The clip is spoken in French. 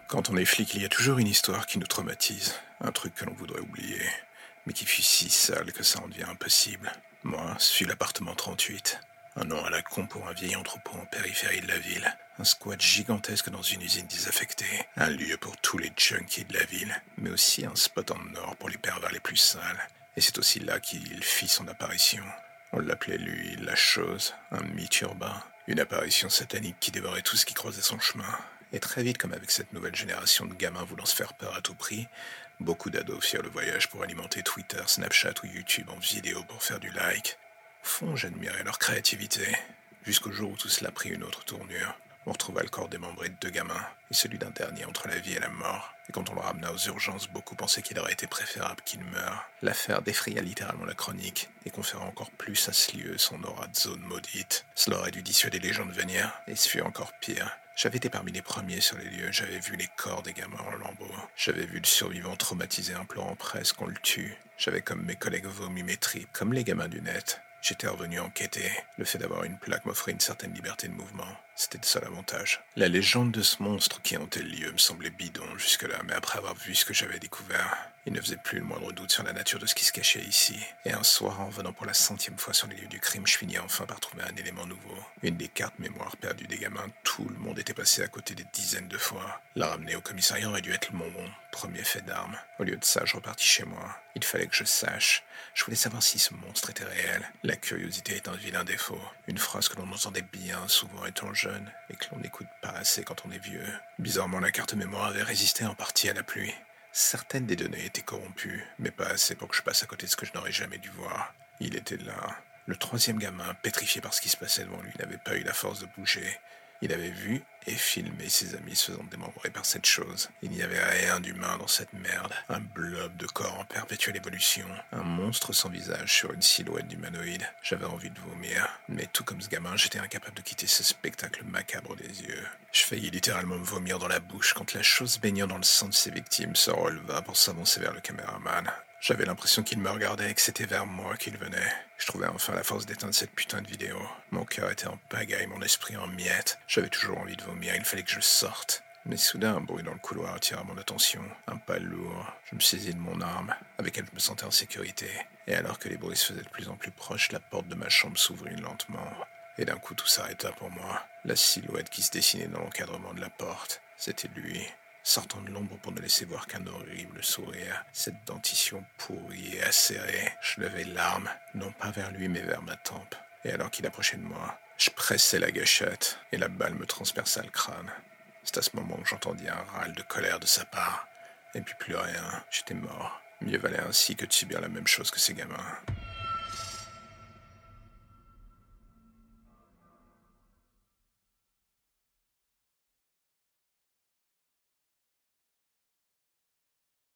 Quand on est flic, il y a toujours une histoire qui nous traumatise, un truc que l'on voudrait oublier, mais qui fut si sale que ça en devient impossible. Moi, je suis l'appartement 38, un nom à la con pour un vieil entrepôt en périphérie de la ville, un squat gigantesque dans une usine désaffectée, un lieu pour tous les junkies de la ville, mais aussi un spot en or pour les pervers les plus sales. Et c'est aussi là qu'il fit son apparition. On l'appelait lui la chose, un mythe urbain, une apparition satanique qui dévorait tout ce qui croisait son chemin. Et très vite, comme avec cette nouvelle génération de gamins voulant se faire peur à tout prix, beaucoup d'ados firent le voyage pour alimenter Twitter, Snapchat ou YouTube en vidéo pour faire du like. Au fond, j'admirais leur créativité, jusqu'au jour où tout cela prit une autre tournure. On retrouva le corps démembré de 2 gamins, et celui d'un dernier entre la vie et la mort. Et quand on le ramena aux urgences, beaucoup pensaient qu'il aurait été préférable qu'il meure. L'affaire défraya littéralement la chronique, et conféra encore plus à ce lieu son aura de zone maudite. Cela aurait dû dissuader les gens de venir, et ce fut encore pire. J'avais été parmi les premiers sur les lieux, j'avais vu les corps des gamins en lambeaux. J'avais vu le survivant traumatisé implorant presque qu'on le tue. J'avais comme mes collègues vomi mes tripes, comme les gamins du net. J'étais revenu enquêter. Le fait d'avoir une plaque m'offrait une certaine liberté de mouvement. C'était le seul avantage. La légende de ce monstre qui hantait le lieu me semblait bidon jusque-là, mais après avoir vu ce que j'avais découvert, il ne faisait plus le moindre doute sur la nature de ce qui se cachait ici. Et un soir, en venant pour la 100e fois sur les lieux du crime, je finis enfin par trouver un élément nouveau. Une des cartes mémoire perdues des gamins. Tout le monde était passé à côté des dizaines de fois. La ramener au commissariat aurait dû être mon premier fait d'armes. Au lieu de ça, je repartis chez moi. Il fallait que je sache. Je voulais savoir si ce monstre était réel. La curiosité est un vilain défaut. Une phrase que l'on entendait bien souvent étant jeune et que l'on n'écoute pas assez quand on est vieux. Bizarrement, la carte mémoire avait résisté en partie à la pluie. Certaines des données étaient corrompues, mais pas assez pour que je passe à côté de ce que je n'aurais jamais dû voir. Il était là. Le 3e gamin, pétrifié par ce qui se passait devant lui, n'avait pas eu la force de bouger. Il avait vu et filmé ses amis se faisant démembrer par cette chose. Il n'y avait rien d'humain dans cette merde. Un blob de corps en perpétuelle évolution. Un monstre sans visage sur une silhouette d'humanoïde. J'avais envie de vomir. Mais tout comme ce gamin, j'étais incapable de quitter ce spectacle macabre des yeux. Je faillis littéralement me vomir dans la bouche quand la chose baignant dans le sang de ses victimes se releva pour s'avancer vers le caméraman. J'avais l'impression qu'il me regardait et que c'était vers moi qu'il venait. Je trouvais enfin la force d'éteindre cette putain de vidéo. Mon cœur était en pagaille, mon esprit en miettes. J'avais toujours envie de vomir, il fallait que je sorte. Mais soudain, un bruit dans le couloir attira mon attention. Un pas lourd. Je me saisis de mon arme, avec elle je me sentais en sécurité. Et alors que les bruits se faisaient de plus en plus proches, la porte de ma chambre s'ouvrit lentement. Et d'un coup, tout s'arrêta pour moi. La silhouette qui se dessinait dans l'encadrement de la porte, c'était lui. Sortant de l'ombre pour ne laisser voir qu'un horrible sourire, cette dentition pourrie et acérée. Je levai l'arme, non pas vers lui mais vers ma tempe. Et alors qu'il approchait de moi, je pressai la gâchette et la balle me transperça le crâne. C'est à ce moment que j'entendis un râle de colère de sa part. Et puis plus rien, j'étais mort. Mieux valait ainsi que de subir la même chose que ces gamins.